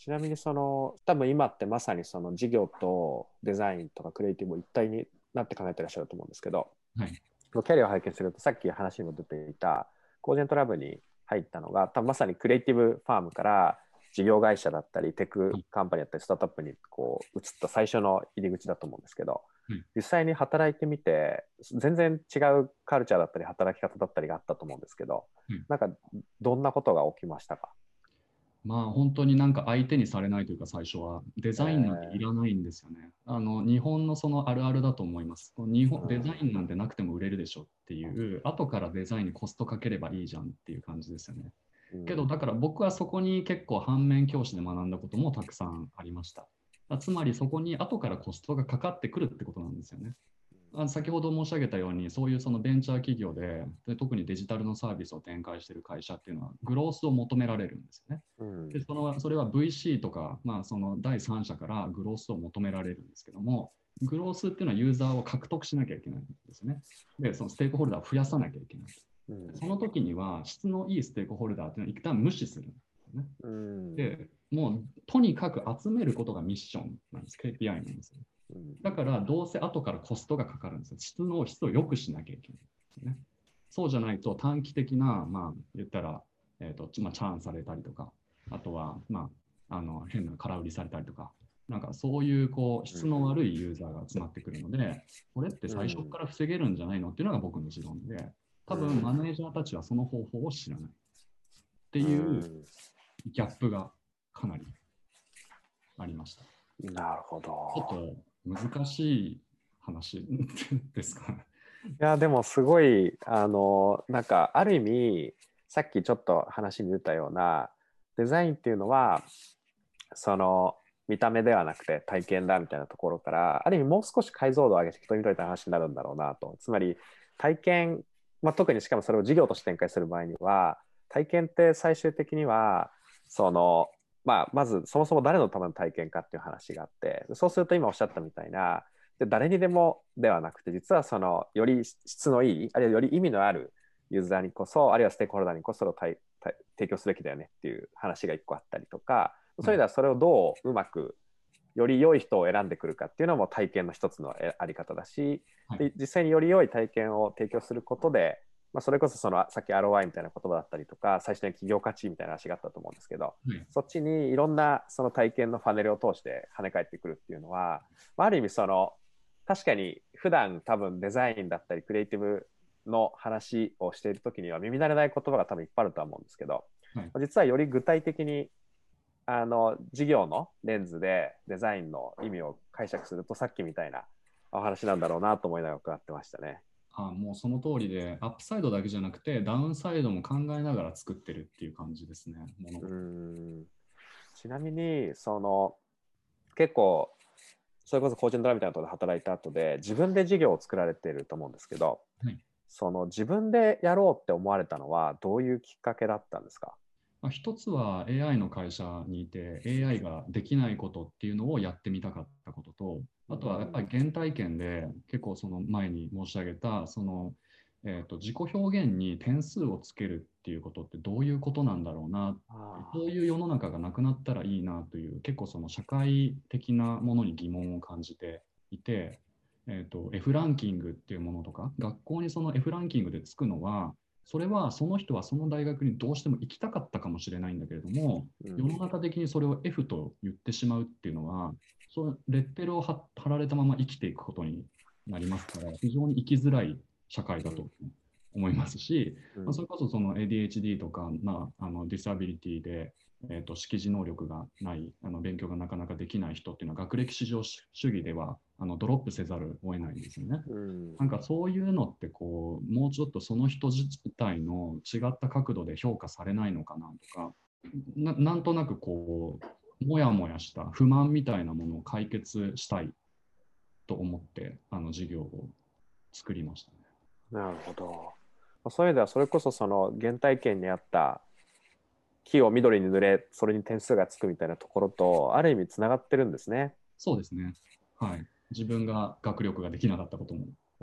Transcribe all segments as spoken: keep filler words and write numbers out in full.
ちなみにその多分今ってまさにその事業とデザインとかクリエイティブを一体になって考えてらっしゃると思うんですけど、 はい、 キャリアを拝見するとさっき話にも出ていたコージェントラブに入ったのが多分まさにクリエイティブファームから事業会社だったりテクカンパニーだったりスタートアップにこう移った最初の入り口だと思うんですけど、 はい、 実際に働いてみて全然違うカルチャーだったり働き方だったりがあったと思うんですけど、 はい。 なんかどんなことが起きましたか？ まあ本当になんか相手にされないというか最初はデえザインなんていらないんですよね。あの日本のそのあるあるだと思います。日ー、 本デザうんインなんてなくても売れるでしょっていう後からデザインにコストかければいいじゃんっていう感じですよね。けどうんだから僕はそこに結構反面教師で学んだこともたくさんありました。つまりそこに後からコストがかかってくるってことなんですよね。あ先ほど申し上げたように、そういうそのベンチャー企業で、で特にデジタルのサービスを展開している会社っていうのは、グロースを求められるんですよね。 うんでそのそれは ブイシー とか、まあ、その第三者からグロースを求められるんですけども、グロースっていうのはユーザーを獲得しなきゃいけないんですね。で、そのステークホルダーを増やさなきゃいけない。 うんその時には、質のいいステークホルダーっていうのは一旦無視するんですよね。 うんで、もうとにかく集めることがミッションなんです。ケーピーアイ なんですよ。 うんだからどうせ後からコストがかかるんですよ。質の質を良くしなきゃいけないんですね。そうじゃないと短期的な、まあ言ったら、えーとまあ、チャーンされたりとか、あとは、まあ、あの変な空売りされたりとか、なんかそういうこう質の悪いユーザーが集まってくるので、これって最初から防げるんじゃないのっていうのが僕の持論で、多分マネージャーたちはその方法を知らないってういうんギャップがかなりありました。 なるほちょっど。 と難しい話ですかね。 いやでもすごいあのなんかある意味さっきちょっと話に出たようなデザインっていうのはその見た目ではなくて体験だみたいなところからある意味もう少し解像度を上げて人にといた話になるんだろうなと。つまり体験、まあ、特にしかもそれを事業として展開する場合には体験って最終的にはその、まあ、まずそもそも誰のための体験かっていう話があってそうすると今おっしゃったみたいなで誰にでもではなくて実はそのより質のいいあるいはより意味のあるユーザーにこそあるいはステークホルダーにこそ提供すべきだよねっていう話が一個あったりとかそれではそれをどううまくより良い人を選んでくるかっていうのも体験の一つのあり方だし、 はい、 で実際により良い体験を提供することで、まあ、それこそそのさっき アールオーアイ みたいな言葉だったりとか最初に企業価値みたいな話があったと思うんですけど、 はい、 そっちにいろんなその体験のパネルを通して跳ね返ってくるっていうのは、まあ、ある意味その確かに普段多分デザインだったりクリエイティブの話をしている時には耳慣れない言葉が多分いっぱいあるとは思うんですけど、 はい、 実はより具体的にあの事業のレンズでデザインの意味を解釈するとさっきみたいなお話なんだろうなと思いながら伺ってましたね。 あもうその通りで、アップサイドだけじゃなくて、ダウンサイドも考えながら作ってるっていう感じですね。物う事んちなみにその結構それこそコーチングドラみたいなところで働いた後で自分で事業を作られていると思うんですけど、 はい、 その自分でやろうって思われたのはどういうきっかけだったんですか？ まあ、一つは エーアイ の会社にいて エーアイ ができないことっていうのをやってみたかったことと、あとはやっぱり原体験で結構その前に申し上げたその、えーと、自己表現に点数をつけるっていうことってどういうことなんだろうな、 あそういう世の中がなくなったらいいなという結構その社会的なものに疑問を感じていて、えーと、F ランキングっていうものとか学校にその F ランキングでつくのはそれはその人はその大学にどうしても行きたかったかもしれないんだけれども、 うん世の中的にそれを F と言ってしまうっていうのは、そのレッテルを貼られたまま生きていくことになりますから、非常に生きづらい社会だと思いますし、 うんまあ、それこそその エーディーエイチディー とか、まあ、あのディサビリティで、えーと、識字能力がない、あの勉強がなかなかできない人っていうのは、学歴至上主義ではあのドロップせざるを得ないんですよね。 うんなんかそういうのってこう、もうちょっとその人自体の違った角度で評価されないのかなとか、ななんとなくこう、もやもやした不満みたいなものを解決したいと思って、あの事業を作りましたね。 なるほど。そういう意味ではそれこそその原体験にあった木を緑に塗れそれに点数がつくみたいなところとある意味つながってるんですね。 そうですね。はい。自分が学力ができなかったことも。 うん、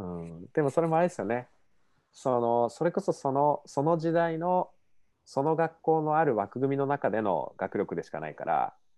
でもそれもあれですよね。そのそれこそそのその時代のその学校のある枠組みの中での学力でしかないから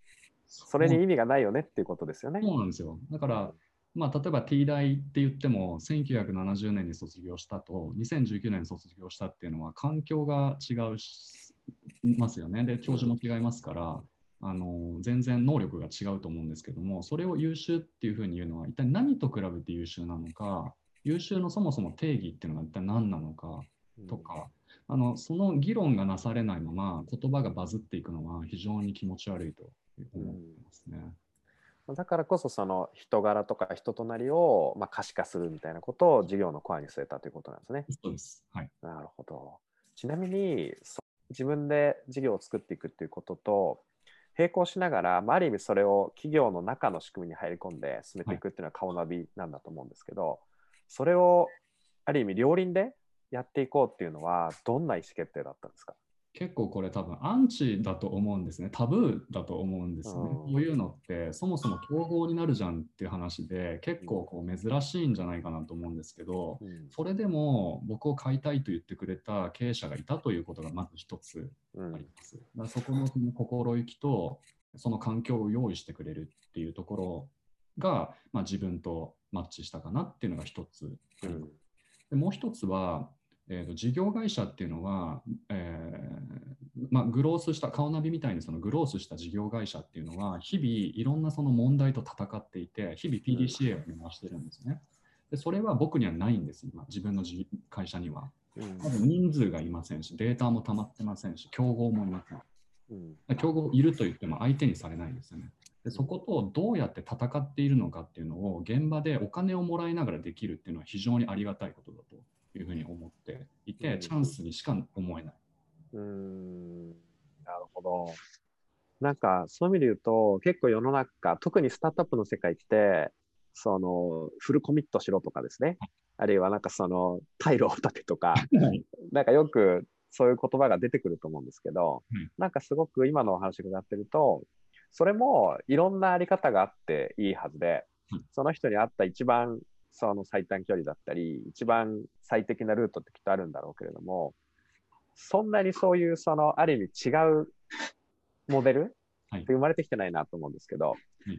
それに意味がないよねっていうことですよね。 そうなんですよ。だから、まあ、例えば T 大って言っても、せんきゅうひゃくななじゅうねんに卒業したと、にせんじゅうきゅうねんに卒業したっていうのは、環境が違うしますよね。で、教授も違いますから、あの全然能力が違うと思うんですけども、それを優秀っていうふうに言うのは、一体何と比べて優秀なのか、優秀のそもそも定義っていうのが一体何なのかとか、あのその議論がなされないまま、言葉がバズっていくのは非常に気持ち悪いと思ってますね。 うん、だからこそその人柄とか人となりをまあ可視化するみたいなことを授業のコアに据えたということなんですね。 そうです。はい。 なるほど。ちなみに自分で事業を作っていくっていうことと並行しながら、まあ、ある意味それを企業の中の仕組みに入り込んで進めていくっていうのは顔ナビなんだと思うんですけど、はい、それをある意味両輪でやっていこうっていうのはどんな意思決定だったんですか？ 結構これ多分アンチだと思うんですね。タブーだと思うんですね。こういうのってそもそも競合になるじゃんっていう話で結構こう珍しいんじゃないかなと思うんですけど、それでも僕を買いたいと言ってくれた経営者がいたということがまず一つあります。だからそこのその心意気とその環境を用意してくれるっていうところが、まあ、自分とマッチしたかなっていうのが一つあります。でもう一つはえーと、事業会社っていうのは、えーまあ、グロースした、カオナビみたいにそのグロースした事業会社っていうのは、日々いろんなその問題と戦っていて、日々 ピーディーシーエー を回してるんですね。でそれは僕にはないんです、今、自分の会社には。多分人数がいませんし、データも溜まってませんし、競合もいません。競合いると言っても相手にされないですよね。でそことどうやって戦っているのかっていうのを現場でお金をもらいながらできるっていうのは非常にありがたいことだというふうに思っていて、うん、チャンスにしか思えない。 うーん、なるほど。なんかそういう意味で言うと結構世の中特にスタートアップの世界ってそのフルコミットしろとかですね、あるいはなんかその退路を立てとかなんかよくそういう言葉が出てくると思うんですけど、うん、なんかすごく今のお話伺ってるとそれもいろんなあり方があっていいはずで、その人に合った一番その最短距離だったり一番最適なルートってきっとあるんだろうけれども、そんなにそういうそのある意味違うモデルって生まれてきてないなと思うんですけど、はい、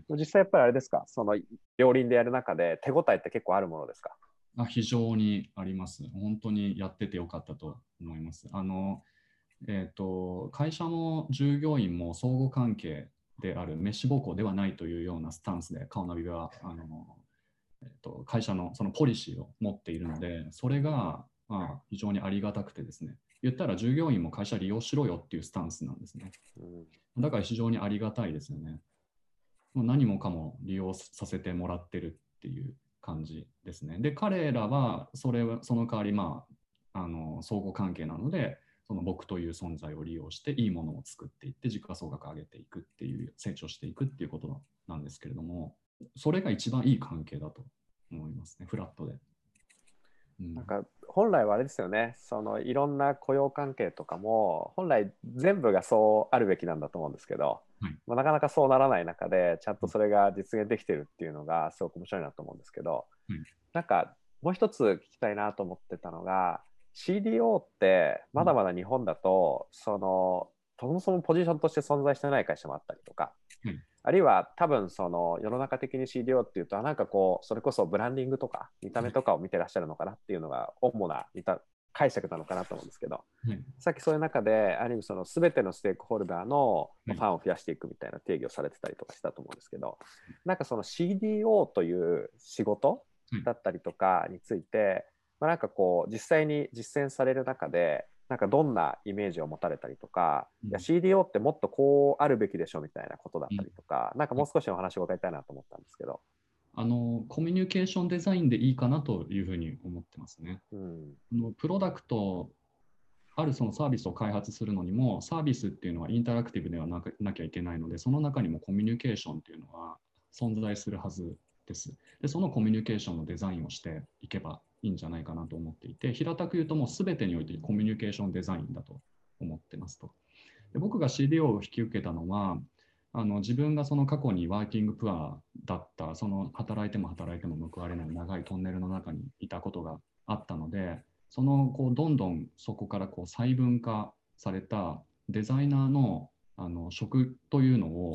実際やっぱりあれですか、その両輪でやる中で手応えって結構あるものですか？ あ、非常にあります。本当にやっててよかったと思います。あの、えーと、会社も従業員も相互関係であるメッシュ暴行ではないというようなスタンスでカオナビはあの、えーと、会社のそのポリシーを持っているので、それが、まあ、非常にありがたくてですね、言ったら従業員も会社利用しろよっていうスタンスなんですね。だから非常にありがたいですよね。もう何もかも利用させてもらってるっていう感じですね。で、彼らはそれはその代わり、まあ、あの相互関係なので、その僕という存在を利用していいものを作っていって時価総額上げていくっていう成長していくっていうことなんですけれども、それが一番いい関係だと思いますね、フラットで。 うん、なんか本来はあれですよね、そのいろんな雇用関係とかも本来全部がそうあるべきなんだと思うんですけど、はい、まあ、なかなかそうならない中でちゃんとそれが実現できてるっていうのがすごく面白いなと思うんですけど、うん、なんかもう一つ聞きたいなと思ってたのが シーディーオー ってまだまだ日本だと、うん、そのそもそもポジションとして存在してない会社もあったりとか、うん、あるいは多分その世の中的に シーディーオー っていうとなんかこうそれこそブランディングとか見た目とかを見てらっしゃるのかなっていうのが主な解釈なのかなと思うんですけど、うん、さっきそういう中である意味その全てのステークホルダーのファンを増やしていくみたいな定義をされてたりとかしたと思うんですけど、なんかその シーディーオー という仕事だったりとかについて、まあ、なんかこう実際に実践される中でなんかどんなイメージを持たれたりとか、うん、いや シーディーオー ってもっとこうあるべきでしょみたいなことだったりとか、うん、なんかもう少しお話を伺いたいなと思ったんですけど。 あのコミュニケーションデザインでいいかなというふうに思ってますね。うん、のプロダクトあるそのサービスを開発するのにもサービスっていうのはインタラクティブではななきゃいけないので、その中にもコミュニケーションっていうのは存在するはずです。でそのコミュニケーションのデザインをしていけばいいんじゃないかなと思っていて、平たく言うともう全てにおいてコミュニケーションデザインだと思ってますと。で僕が シーディーオー を引き受けたのは、あの自分がその過去にワーキングプアだった、その働いても働いても報われない長いトンネルの中にいたことがあったので、そのこうどんどんそこからこう細分化されたデザイナーの、あの職というのを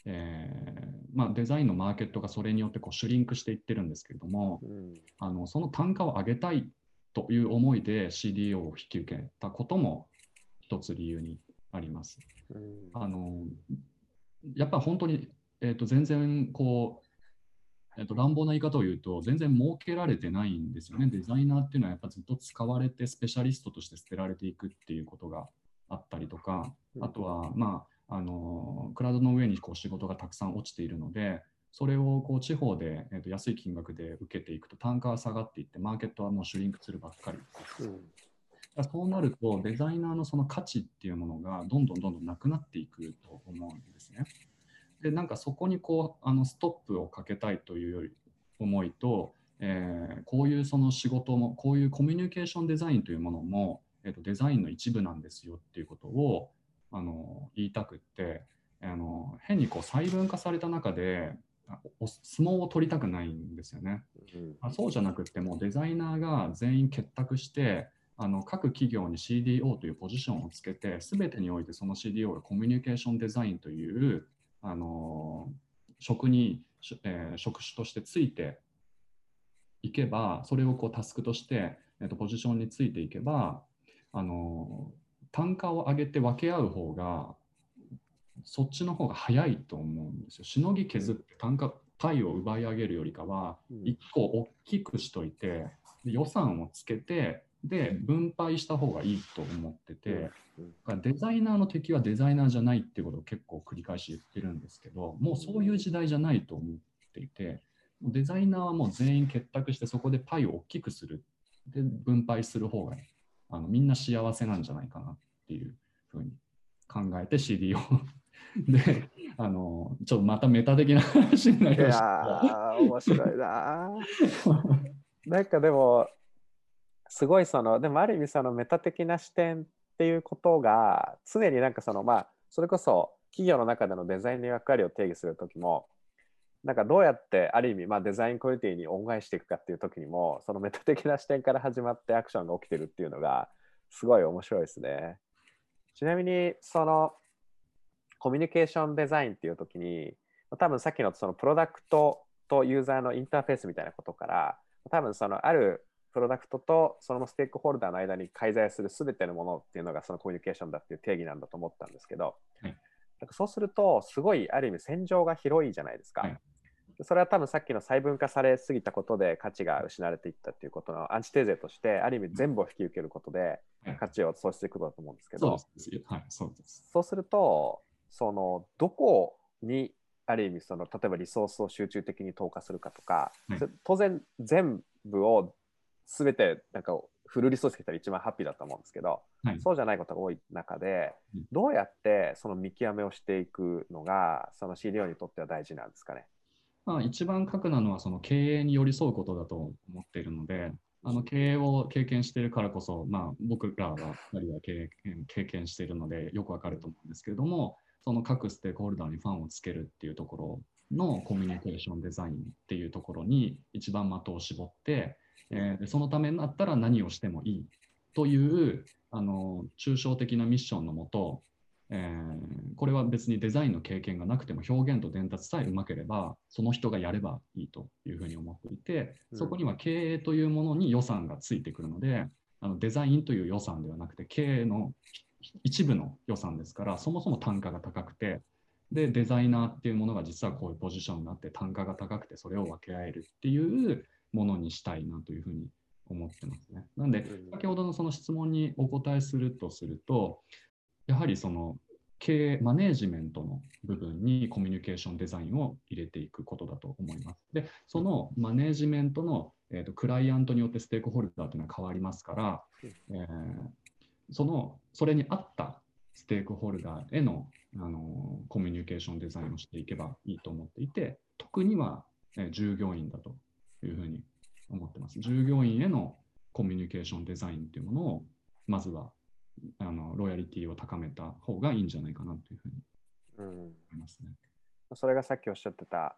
えーまあ、デザインのマーケットがそれによってこうシュリンクしていってるんですけれども、 うん、 あのその単価を上げたいという思いで シーディーオー を引き受けたことも一つ理由にあります。 うん、 あのやっぱり本当に、えー、と全然こう、えー、と乱暴な言い方を言うと全然設けられてないんですよね。デザイナーっていうのはやっぱずっと使われてスペシャリストとして捨てられていくっていうことがあったりとか、あとは、まあ、あのクラウドの上にこう仕事がたくさん落ちているので、それをこう地方で、えー、と安い金額で受けていくと単価は下がっていって、マーケットはもうシュリンクするばっかり。 うん、 そうなると、デザイナーのその価値っていうものがどんどんどんどんなくなっていくと思うんですね。で、なんかそこにこうあのストップをかけたいというより思いと、えーこういうその仕事も、こういうコミュニケーションデザインというものも、えーとデザインの一部なんですよっていうことをあの言いたくって、あの変にこう細分化された中でお相撲を取りたくないんですよね。 うん、 あそうじゃなくてもデザイナーが全員結託してあの各企業に シーディーオー というポジションをつけて全てにおいてその シーディーオー がコミュニケーションデザインというあの職に、えー職種としてついていけばそれをこうタスクとして、えー、とポジションについていけばあの単価を上げて分け合う方がそっちの方が早いと思うんですよ。しのぎ削って単価パイを奪い上げるよりかは、 うん、 いっこ大きくしといて、で予算をつけて、で、分配した方がいいと思ってて、 うん、 だからデザイナーの敵はデザイナーじゃないっていうことを結構繰り返し言ってるんですけど、もうそういう時代じゃないと思っていて、デザイナーはもう全員結託してそこでパイを大きくする。で、分配する方があのみんな幸せなんじゃないかなっていうふうに考えて シーディー をで、あの、ちょっとまたメタ的な話になりいやましたけど。 ー、面白いな。なんかでも、すごいその、でもある意味そのメタ的な視点っていうことが、常になんかその、まあ、それこそ企業の中でのデザインの役割を定義するときも、なんかどうやってある意味、まあ、デザインコミュニティに恩返していくかっていう時にもそのメタ的な視点から始まってアクションが起きてるっていうのがすごい面白いですね。ちなみにそのコミュニケーションデザインっていう時に多分さっきのそのプロダクトとユーザーのインターフェースみたいなことから多分そのあるプロダクトとそのステークホルダーの間に介在する全てのものっていうのがそのコミュニケーションだっていう定義なんだと思ったんですけど、 はい、 なんかそうするとすごいある意味戦場が広いじゃないですか。 はい、 それは多分さっきの細分化されすぎたことで価値が失われていったっていうことのアンチテーゼとしてある意味全部を引き受けることではい、 価値を創出していくことだと思うんですけど、 そうです。はい、そうです。 そうするとそのどこにある意味その例えばリソースを集中的に投下するかとか、 はい、 当然全部を全てなんかフルリソースできたら一番ハッピーだと思うんですけど、 はい、 そうじゃないことが多い中でどうやってその見極めをしていくのがその シーディーオー にとっては大事なんですかね。 まあ、一番核なのはその経営に寄り添うことだと思っているので、あの経営を経験しているからこそ、まあ、僕らはふたりは経験経験しているのでよくわかると思うんですけれども、その各ステークホルダーにファンをつけるっていうところのコミュニケーションデザインっていうところに一番的を絞って、えー、でそのためになったら何をしてもいいというあの抽象的なミッションのもと、えー、これは別にデザインの経験がなくても表現と伝達さえうまければその人がやればいいというふうに思っていて、そこには経営というものに予算がついてくるので、あのデザインという予算ではなくて経営の一部の予算ですから、そもそも単価が高くて、でデザイナーっていうものが実はこういうポジションになって単価が高くてそれを分け合えるっていうものにしたいなというふうに思ってますね。なので先ほどのその質問にお答えするとすると、やはりその経営、マネージメントの部分にコミュニケーションデザインを入れていくことだと思います。で、そのマネージメントの、えーと、クライアントによってステークホルダーというのは変わりますから、えー、その、それに合ったステークホルダーへの、あのコミュニケーションデザインをしていけばいいと思っていて、特には、えー、従業員だというふうに思ってます。従業員へのコミュニケーションデザインというものを、まずはあのロイヤリティを高めた方がいいんじゃないかなというふうに思いますね。 それがさっきおっしゃってた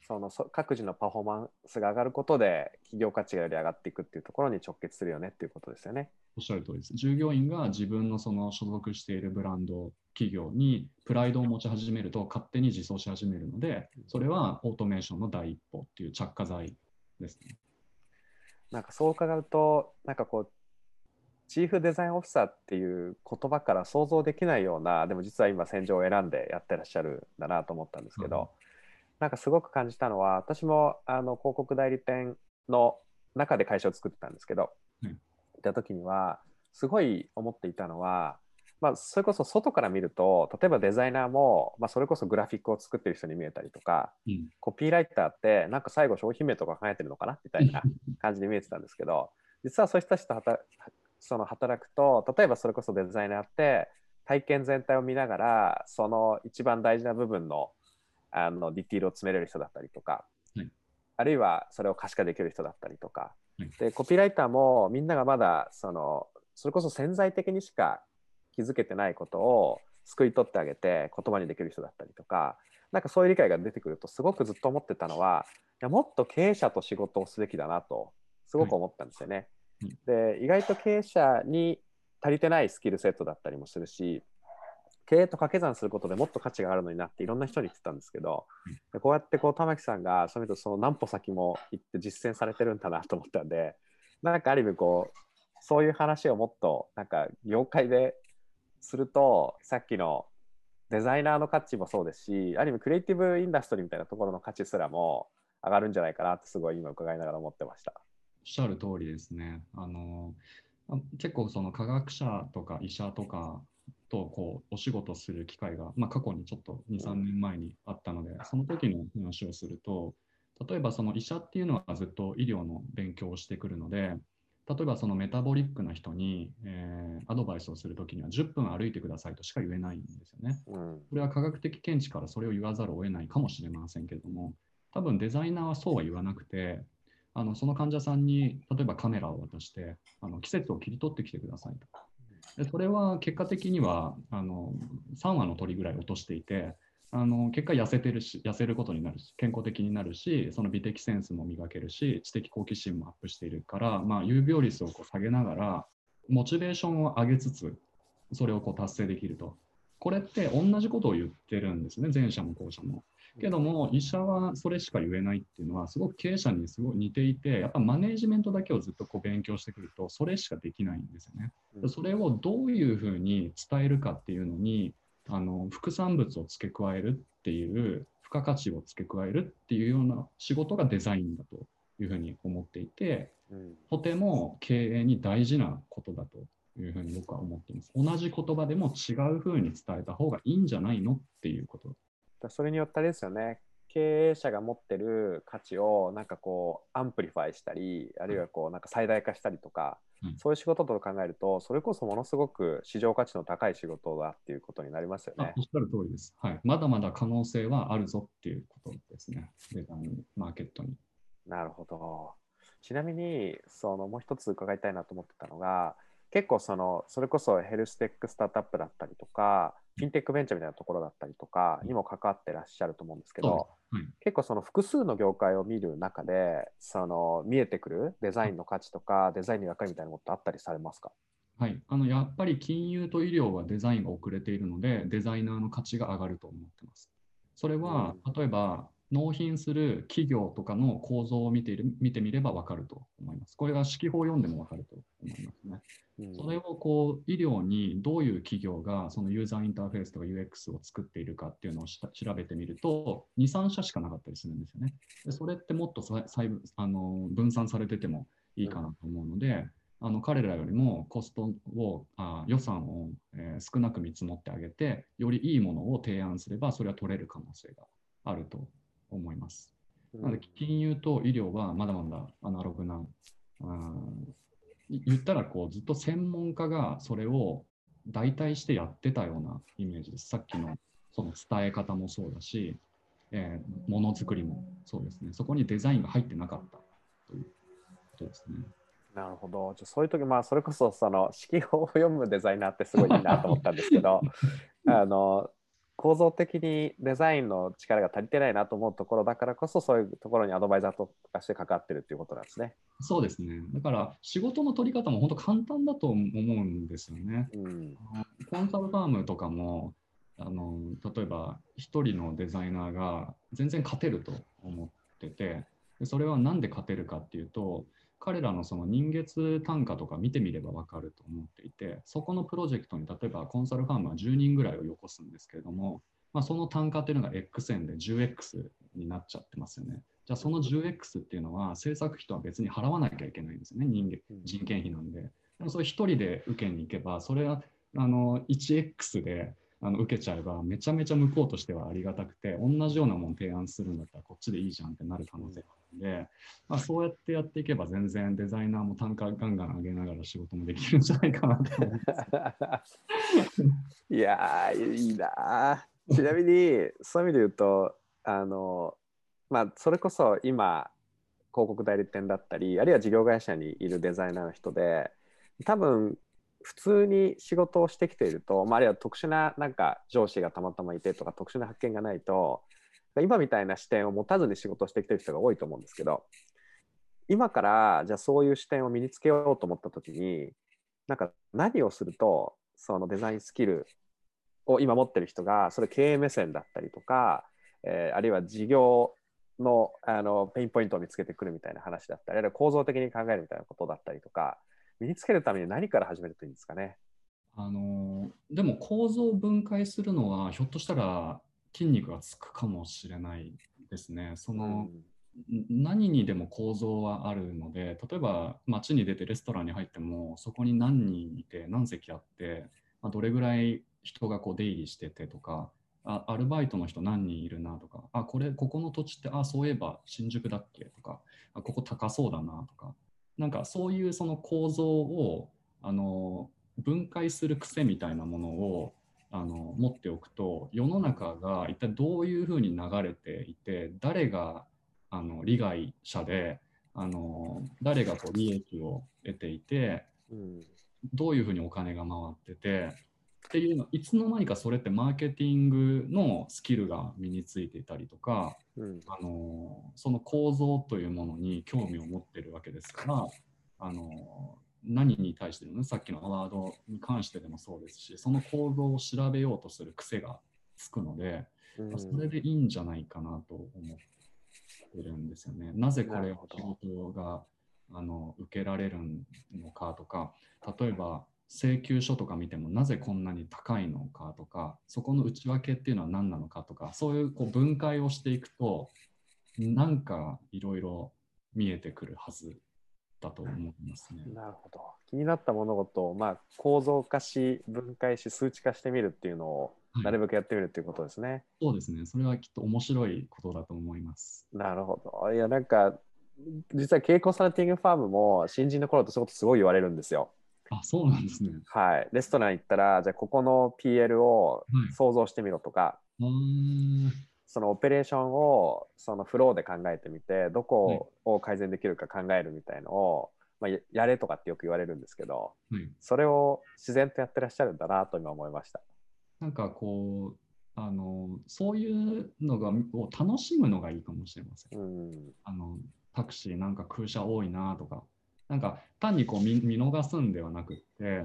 そのそ各自のパフォーマンスが上がることで企業価値がより上がっていくっていうところに直結するよねっていうことですよね。 おっしゃる通りです。従業員が自分のその所属しているブランド企業にプライドを持ち始めると勝手に自走し始めるので、それはオートメーションの第一歩っていう着火剤ですね。 なんかそう伺うと、なんかこうチーフデザインオフィサーっていう言葉から想像できないような、でも実は今戦場を選んでやってらっしゃるんだなと思ったんですけど、うん、なんかすごく感じたのは、私もあの広告代理店の中で会社を作ってたんですけど、うん、行った時にはすごい思っていたのは、まあ、それこそ外から見ると、例えばデザイナーも、まあ、それこそグラフィックを作ってる人に見えたりとか、うん、コピーライターってなんか最後商品名とか考えてるのかなみたいな感じに見えてたんですけど、実はそういう人たちと働その働くと、例えばそれこそデザイナーって体験全体を見ながらその一番大事な部分のあのディティールを詰めれる人だったりとか、はい、あるいはそれを可視化できる人だったりとか、はい、でコピーライターもみんながまだそのそれこそ潜在的にしか気づけてないことを救い取ってあげて言葉にできる人だったりとか、なんかそういう理解が出てくるとすごくずっと思ってたのは、いやもっと経営者と仕事をすべきだなとすごく思ったんですよね。はい、で意外と経営者に足りてないスキルセットだったりもするし、経営と掛け算することでもっと価値があるのになっていろんな人に言ってたんですけど、でこうやってこう玉木さんがそのその何歩先も行って実践されてるんだなと思ったんで、なんかある意味こうそういう話をもっとなんか業界ですると、さっきのデザイナーの価値もそうですし、ある意味クリエイティブインダストリーみたいなところの価値すらも上がるんじゃないかなってすごい今伺いながら思ってました。 おっしゃる通りですね。あの結構その科学者とか医者とかとこうお仕事する機会が、まあ、過去にちょっとに、さんねんまえにあったので、その時の話をすると、例えばその医者っていうのはずっと医療の勉強をしてくるので、例えばそのメタボリックな人に、えー、アドバイスをするときにはじゅっぷん歩いてくださいとしか言えないんですよね。うん、これは科学的見地からそれを言わざるを得ないかもしれませんけれども、多分デザイナーはそうは言わなくて、あのその患者さんに例えばカメラを渡してあの季節を切り取ってきてくださいと。でそれは結果的にはあのさんわの鳥ぐらい落としていて、あの結果痩せてるし、痩せることになるし、健康的になるし、その美的センスも磨けるし、知的好奇心もアップしているから、まあ、有病率をこう下げながら、モチベーションを上げつつ、それをこう達成できると。これって同じことを言ってるんですね、前者も後者も。けども、医者はそれしか言えないっていうのは、すごく経営者にすごい似ていて、やっぱマネージメントだけをずっとこう勉強してくると、それしかできないんですよね。それをどういうふうに伝えるかっていうのに、あの副産物を付け加えるっていう付加価値を付け加えるっていうような仕事がデザインだというふうに思っていて、うん、とても経営に大事なことだというふうに僕は思っています。同じ言葉でも違うふうに伝えた方がいいんじゃないのっていうこと。 それによってあれですよね、経営者が持ってる価値をなんかこうアンプリファイしたり、あるいはこうなんか最大化したりとか、うん、そういう仕事と考えると、それこそものすごく市場価値の高い仕事だっていうことになりますよね。 おっしゃる通りです、はい。まだまだ可能性はあるぞっていうことですね、デザインマーケットに。 なるほど。ちなみにそのもう一つ伺いたいなと思ってたのが、結構そのそれこそヘルステックスタートアップだったりとか、フィンテックベンチャーみたいなところだったりとかにも関わってらっしゃると思うんですけど、はい、結構その複数の業界を見る中でその見えてくるデザインの価値とかデザインの役割みたいなことってあったりされますか？ はい、あのやっぱり金融と医療はデザインが遅れているので、デザイナーの価値が上がると思ってます。それは、うん、例えば納品する企業とかの構造を見ている見てみれば分かると思います。これが指揮法を読んでも分かると思いますね。うん、それをこう医療にどういう企業がそのユーザーインターフェースとか ユーエックス を作っているかっていうのを調べてみると、に、さん社しかなかったりするんですよね。でそれってもっと細あの分散されててもいいかなと思うので、あの彼らよりもコストをあ予算を、えー、少なく見積もってあげて、よりいいものを提案すればそれは取れる可能性があると思います。なので金融と医療はまだまだアナログな、あ言ったらこうずっと専門家がそれを代替してやってたようなイメージです。さっきのその伝え方もそうだし、えー、ものづくりもそうですね。そこにデザインが入ってなかったということですね。 なるほど。じゃそういう時、まあ、それこそその指揮法を読むデザイナーってすごいいいなと思ったんですけどあの構造的にデザインの力が足りてないなと思うところだからこそ、そういうところにアドバイザーとかして関わってるっていうことなんですね。 そうですね。だから仕事の取り方も本当簡単だと思うんですよね。 うん、 あのコンサルファームとかも、あの例えば一人のデザイナーが全然勝てると思ってて、でそれは何で勝てるかっていうと、彼らのその人月単価とか見てみれば分かると思っていて、そこのプロジェクトに例えばコンサルファームはじゅうにんぐらいをよこすんですけれども、まあ、その単価っていうのが X 円で じゅうエックス になっちゃってますよね。じゃあその じゅうエックス っていうのは制作費とは別に払わなきゃいけないんですよね、人間人件費なんで。でもそれ一人で受けに行けば、それはあの いちエックス であの受けちゃえば、めちゃめちゃ向こうとしてはありがたくて、同じようなもの提案するんだったらこっちでいいじゃんってなる可能性があるので、まあ、そうやってやっていけば全然デザイナーも単価ガンガン上げながら仕事もできるんじゃないかなと思います。 いやー、いいなー。ちなみに、そういう意味で言うと、あの、まあ、それこそ今、広告代理店だったり、あるいは事業会社にいるデザイナーの人で、多分、普通に仕事をしてきていると、まあ、あるいは特殊ななんか上司がたまたまいてとか、特殊な発見がないと、今みたいな視点を持たずに仕事をしてきている人が多いと思うんですけど、今からじゃあそういう視点を身につけようと思った時に、なんか何をするとそのデザインスキルを今持ってる人がそれ経営目線だったりとか、えーあるいは事業の、あのペインポイントを見つけてくるみたいな話だったり、あるいは構造的に考えるみたいなことだったりとか、身につけるために何から始めるといいんですかね。 あのでも構造を分解するのはひょっとしたら筋肉がつくかもしれないですね。そのうん何にでも構造はあるので、例えば街に出てレストランに入ってもそこに何人いて何席あって、まあ、どれぐらい人がこう出入りしててとか、あアルバイトの人何人いるなとか、あこれここの土地ってあそういえば新宿だっけとか、あここ高そうだなとか、なんかそういうその構造をあの分解する癖みたいなものをあの持っておくと、世の中が一体どういうふうに流れていて、誰があの利害者で、あの誰がこう利益を得ていて、 うんどういうふうにお金が回っててっていうの、いつの間にかそれってマーケティングのスキルが身についていたりとか、 うんあのその構造というものに興味を持ってるわけですから、あの何に対しての、ね、さっきのアワードに関してでもそうですし、その構造を調べようとする癖がつくので、 うんそれでいいんじゃないかなと思ってるんですよね。なぜこなるれを仕ほど。 事があの受けられるのかとか、例えば請求書とか見てもなぜこんなに高いのかとか、そこの内訳っていうのは何なのかとか、そういうこう分解をしていくと、なんかいろいろ見えてくるはずだと思いますね。 なるほど。気になった物事を、まあ、構造化し、分解し、数値化してみるっていうのを、 はい、 なるべくやってみるっていうことですね。 そうですね。それはきっと面白いことだと思います。 なるほど。いや、なんか、実は経営コンサルティングファームも、新人の頃ってそういうことすごい言われるんですよ。 あ、そうなんですね。 はい。レストラン行ったら、じゃあ、ここの ピーエル をはい。 想像してみろとか、 あーそのオペレーションをそのフローで考えてみて、どはい。 こを改善できるか考えるみたいのを、まあ、やれとかってよく言われるんですけど、 はい。 それを自然とやってらっしゃるんだなと今思いました。 なんかこう、あの、そういうのがを楽しむのがいいかもしれません。 うん。 あの、タクシーなんか空車多いなとか、なんか単にこう見見逃すんではなくって、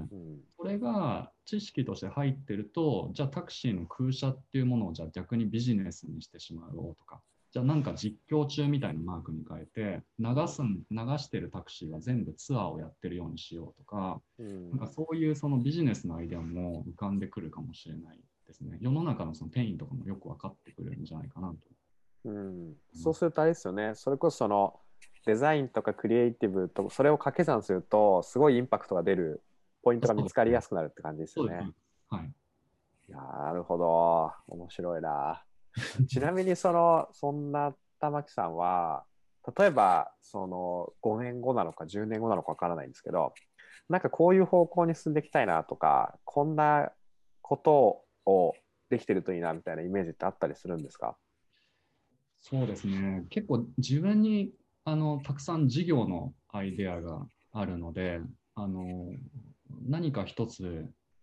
うん。 それが知識として入ってると、じゃあタクシーの空車っていうものをじゃあ逆にビジネスにしてしまおうとか、じゃあなんか実況中みたいなマークに変えて、流すん、流してるタクシーは全部ツアーをやってるようにしようとか、 うん。 なんかそういうそのビジネスのアイデアも浮かんでくるかもしれないですね。世の中のそのペインとかもよく分かってくるんじゃないかなとうん、 思います。 そうするとあれですよね。それこそそのデザインとかクリエイティブとそれを掛け算するとすごいインパクトが出るポイントが見つかりやすくなるって感じですよそうです。 ね。 はい。 いやーなるほど。面白いな。ちなみにそのそんな玉木さんは例えばそのごねんごなのかじゅうねんごなのかわからないんですけど、なんかこういう方向に進んでいきたいなとか、こんなことをできてるといいなみたいなイメージってあったりするんですか？ そうですね。結構自分にあのたくさん事業のアイデアがあるので、あの何か一つ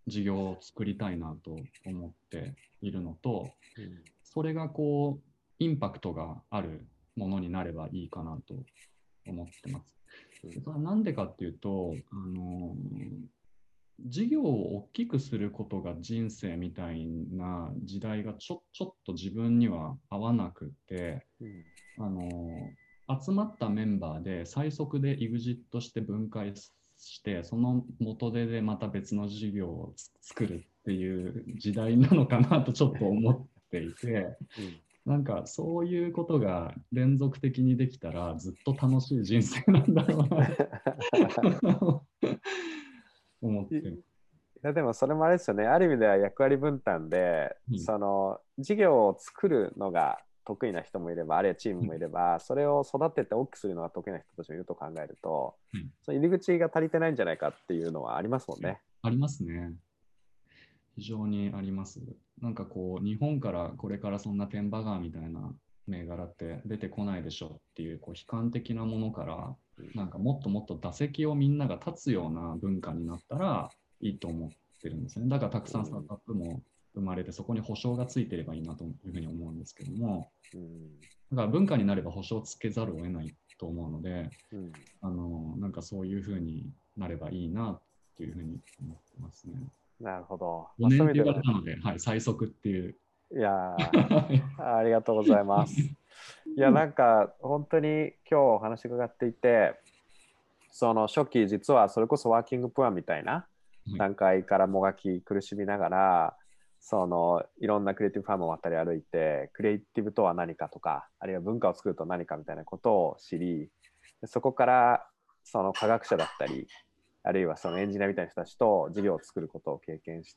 事業を作りたいなと思っているのと、 うん、 それがこうインパクトがあるものになればいいかなと思ってます。それはなんでかっていうと、あの事業を大きくすることが人生みたいな時代がちょ、ちょっと自分には合わなくて、 うん、 あの集まったメンバーで最速で エグジット して分解して、その元手でまた別の事業を作るっていう時代なのかなとちょっと思っていて、うん、なんかそういうことが連続的にできたらずっと楽しい人生なんだろうな思ってる。 いやでもそれもあれですよね、ある意味では役割分担で、うん、その事業を作るのが得意な人もいれば、あるいはチームもいれば、うん、それを育てて大きくするのが得意な人たちもいると考えると、うん、その入り口が足りてないんじゃないかっていうのはありますもんね。 ありますね。非常にあります。なんかこう、日本からこれからそんなテンバガーみたいな銘柄って出てこないでしょっていう、こう悲観的なものから、なんかもっともっと打席をみんなが立つような文化になったらいいと思ってるんですね。だからたくさんスタートアップも生まれて、そこに保証がついてればいいなというふうに思うんですけども、だから文化になれば保証をつけざるを得ないと思うので、あのなんかそういうふうになればいいなというふうに思ってますね。 なるほど。 ごねんって言われたので、はい、最速っていう。 いやありがとうございます。いや、なんか本当に今日お話伺っていて、その初期実はそれこそワーキングプアみたいな段階からもがき苦しみながら、そのいろんなクリエイティブファームを渡り歩いて、クリエイティブとは何かとか、あるいは文化を作ると何かみたいなことを知り、そこからその科学者だったり、あるいはそのエンジニアみたいな人たちと事業を作ることを経験して、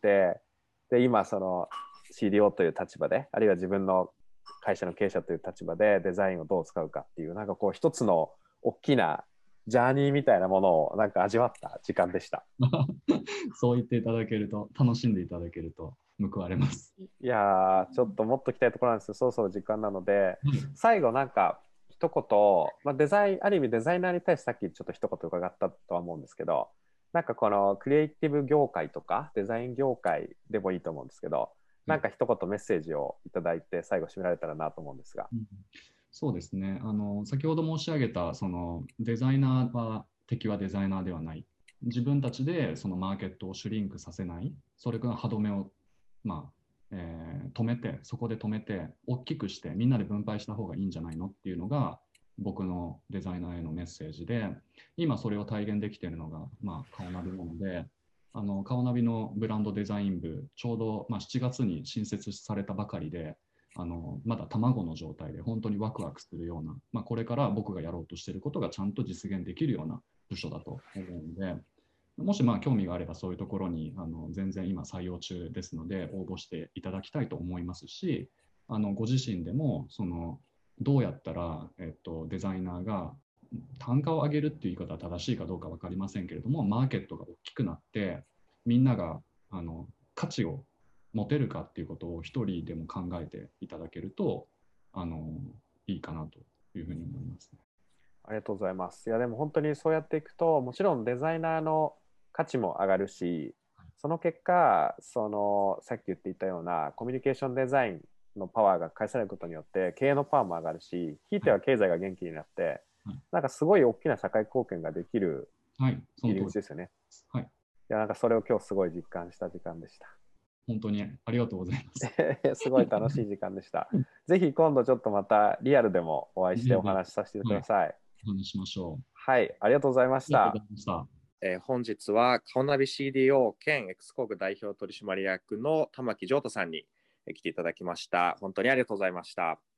で今その シーディーオー という立場で、あるいは自分の会社の経営者という立場でデザインをどう使うかっていう、なんかこう一つの大きなジャーニーみたいなものをなんか味わった時間でした。 そう言っていただけると、楽しんでいただけると報われます。 いやー、ちょっともっと聞きたいところなんですけど、そろそろ時間なので、最後なんか一言、まあ、デザイン、ある意味デザイナーに対してさっきちょっと一言伺ったとは思うんですけど、なんかこのクリエイティブ業界とかデザイン業界でもいいと思うんですけど、なんか一言メッセージをいただいて最後締められたらなと思うんですが。 うん、そうですね。あの先ほど申し上げたそのデザイナーは敵はデザイナーではない。自分たちでそのマーケットをシュリンクさせない。それから歯止めを、まあえー、止めて、そこで止めて、大きくしてみんなで分配した方がいいんじゃないのっていうのが僕のデザイナーへのメッセージで、今それを体現できているのが、まあ、顔ナビなので、あの顔ナビのブランドデザイン部、ちょうど、まあ、しちがつに新設されたばかりで、あのまだ卵の状態で本当にワクワクするような、まあ、これから僕がやろうとしていることがちゃんと実現できるような部署だと思うので、もしまあ興味があればそういうところにあの全然今採用中ですので応募していただきたいと思いますし、あのご自身でもそのどうやったら、えっと、デザイナーが単価を上げるっていう言い方は正しいかどうか分かりませんけれども、マーケットが大きくなってみんながあの価値を持てるかっていうことを一人でも考えていただけるとあのいいかなというふうに思いますね。 ありがとうございます。いやでも本当にそうやっていくと、もちろんデザイナーの価値も上がるし、その結果そのさっき言っていたようなコミュニケーションデザインのパワーが返されることによって経営のパワーも上がるし、ひいては経済が元気になって、はい、なんかすごい大きな社会貢献ができる入り口ですよね。 はい、いやなんかそれを今日すごい実感した時間でした。 本当にありがとうございます。すごい楽しい時間でした。ぜひ今度ちょっとまたリアルでもお会いしてお話しさせてください。はい、 お話しましょう。 はい、ありがとうございました。 ありがとうございました。 えー、本日は顔ナビ シーディーオー 兼 X コーグ代表取締役の玉木譲太さんに来ていただきました。本当にありがとうございました。